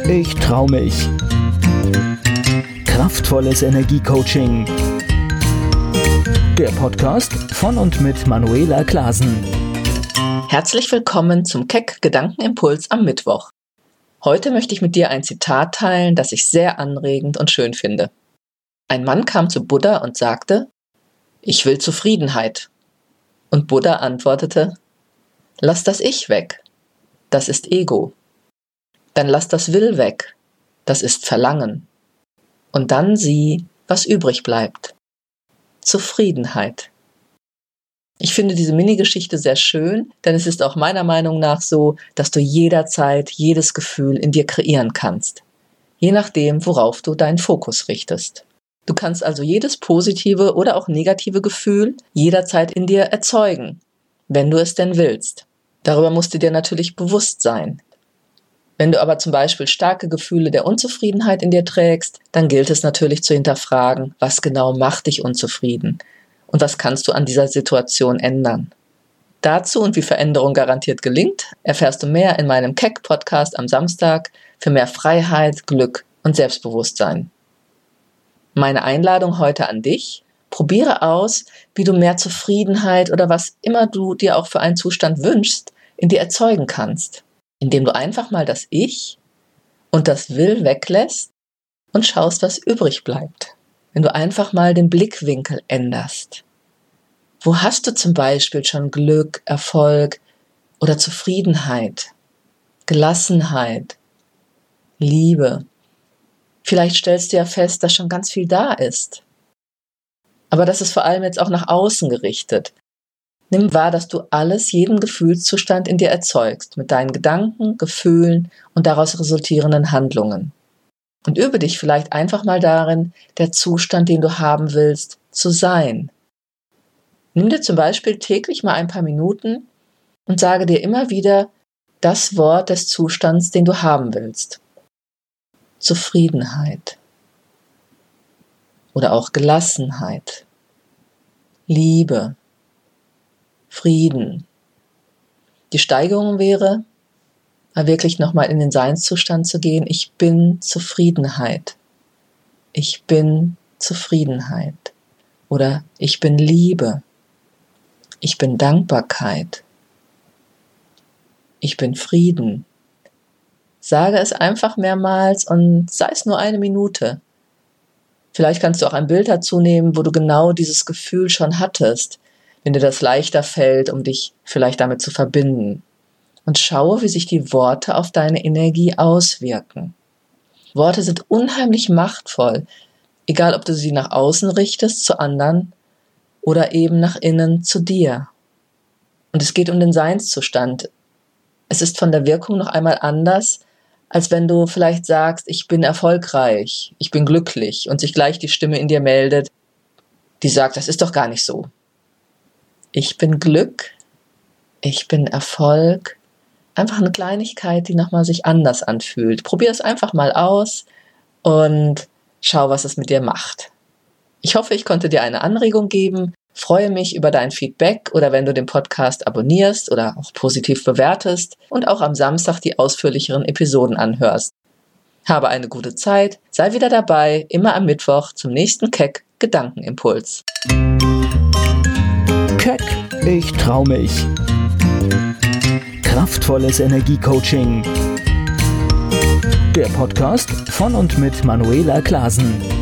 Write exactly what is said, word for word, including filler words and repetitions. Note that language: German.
ich trau mich. Kraftvolles Energiecoaching. Der Podcast von und mit Manuela Klasen. Herzlich willkommen zum Keck Gedankenimpuls am Mittwoch. Heute möchte ich mit dir ein Zitat teilen, das ich sehr anregend und schön finde. Ein Mann kam zu Buddha und sagte: Ich will Zufriedenheit. Und Buddha antwortete: Lass das Ich weg. Das ist Ego. Dann lass das Will weg. Das ist Verlangen. Und dann sieh, was übrig bleibt. Zufriedenheit. Ich finde diese Mini-Geschichte sehr schön, denn es ist auch meiner Meinung nach so, dass du jederzeit jedes Gefühl in dir kreieren kannst. Je nachdem, worauf du deinen Fokus richtest. Du kannst also jedes positive oder auch negative Gefühl jederzeit in dir erzeugen, wenn du es denn willst. Darüber musst du dir natürlich bewusst sein. Wenn du aber zum Beispiel starke Gefühle der Unzufriedenheit in dir trägst, dann gilt es natürlich zu hinterfragen, was genau macht dich unzufrieden und was kannst du an dieser Situation ändern. Dazu und wie Veränderung garantiert gelingt, erfährst du mehr in meinem Keck-Podcast am Samstag für mehr Freiheit, Glück und Selbstbewusstsein. Meine Einladung heute an dich: Probiere aus, wie du mehr Zufriedenheit oder was immer du dir auch für einen Zustand wünschst, in dir erzeugen kannst, indem du einfach mal das Ich und das Will weglässt und schaust, was übrig bleibt. Wenn du einfach mal den Blickwinkel änderst. Wo hast du zum Beispiel schon Glück, Erfolg oder Zufriedenheit, Gelassenheit, Liebe? Vielleicht stellst du ja fest, dass schon ganz viel da ist. Aber das ist vor allem jetzt auch nach außen gerichtet. Nimm wahr, dass du alles, jeden Gefühlszustand in dir erzeugst, mit deinen Gedanken, Gefühlen und daraus resultierenden Handlungen. Und übe dich vielleicht einfach mal darin, der Zustand, den du haben willst, zu sein. Nimm dir zum Beispiel täglich mal ein paar Minuten und sage dir immer wieder das Wort des Zustands, den du haben willst. Zufriedenheit. Oder auch Gelassenheit. Liebe. Frieden. Die Steigerung wäre, mal wirklich nochmal in den Seinszustand zu gehen. Ich bin Zufriedenheit. Ich bin Zufriedenheit. Oder ich bin Liebe. Ich bin Dankbarkeit. Ich bin Frieden. Sage es einfach mehrmals und sei es nur eine Minute. Vielleicht kannst du auch ein Bild dazu nehmen, wo du genau dieses Gefühl schon hattest, wenn dir das leichter fällt, um dich vielleicht damit zu verbinden. Und schaue, wie sich die Worte auf deine Energie auswirken. Worte sind unheimlich machtvoll, egal ob du sie nach außen richtest, zu anderen oder eben nach innen zu dir. Und es geht um den Seinszustand. Es ist von der Wirkung noch einmal anders, als wenn du vielleicht sagst, ich bin erfolgreich, ich bin glücklich und sich gleich die Stimme in dir meldet, die sagt, das ist doch gar nicht so. Ich bin Glück, ich bin Erfolg, einfach eine Kleinigkeit, die nochmal sich anders anfühlt. Probier es einfach mal aus und schau, was es mit dir macht. Ich hoffe, ich konnte dir eine Anregung geben, freue mich über dein Feedback oder wenn du den Podcast abonnierst oder auch positiv bewertest und auch am Samstag die ausführlicheren Episoden anhörst. Habe eine gute Zeit, sei wieder dabei, immer am Mittwoch zum nächsten Keck Gedankenimpuls. Keck, ich trau mich. Kraftvolles Energiecoaching. Der Podcast von und mit Manuela Klasen.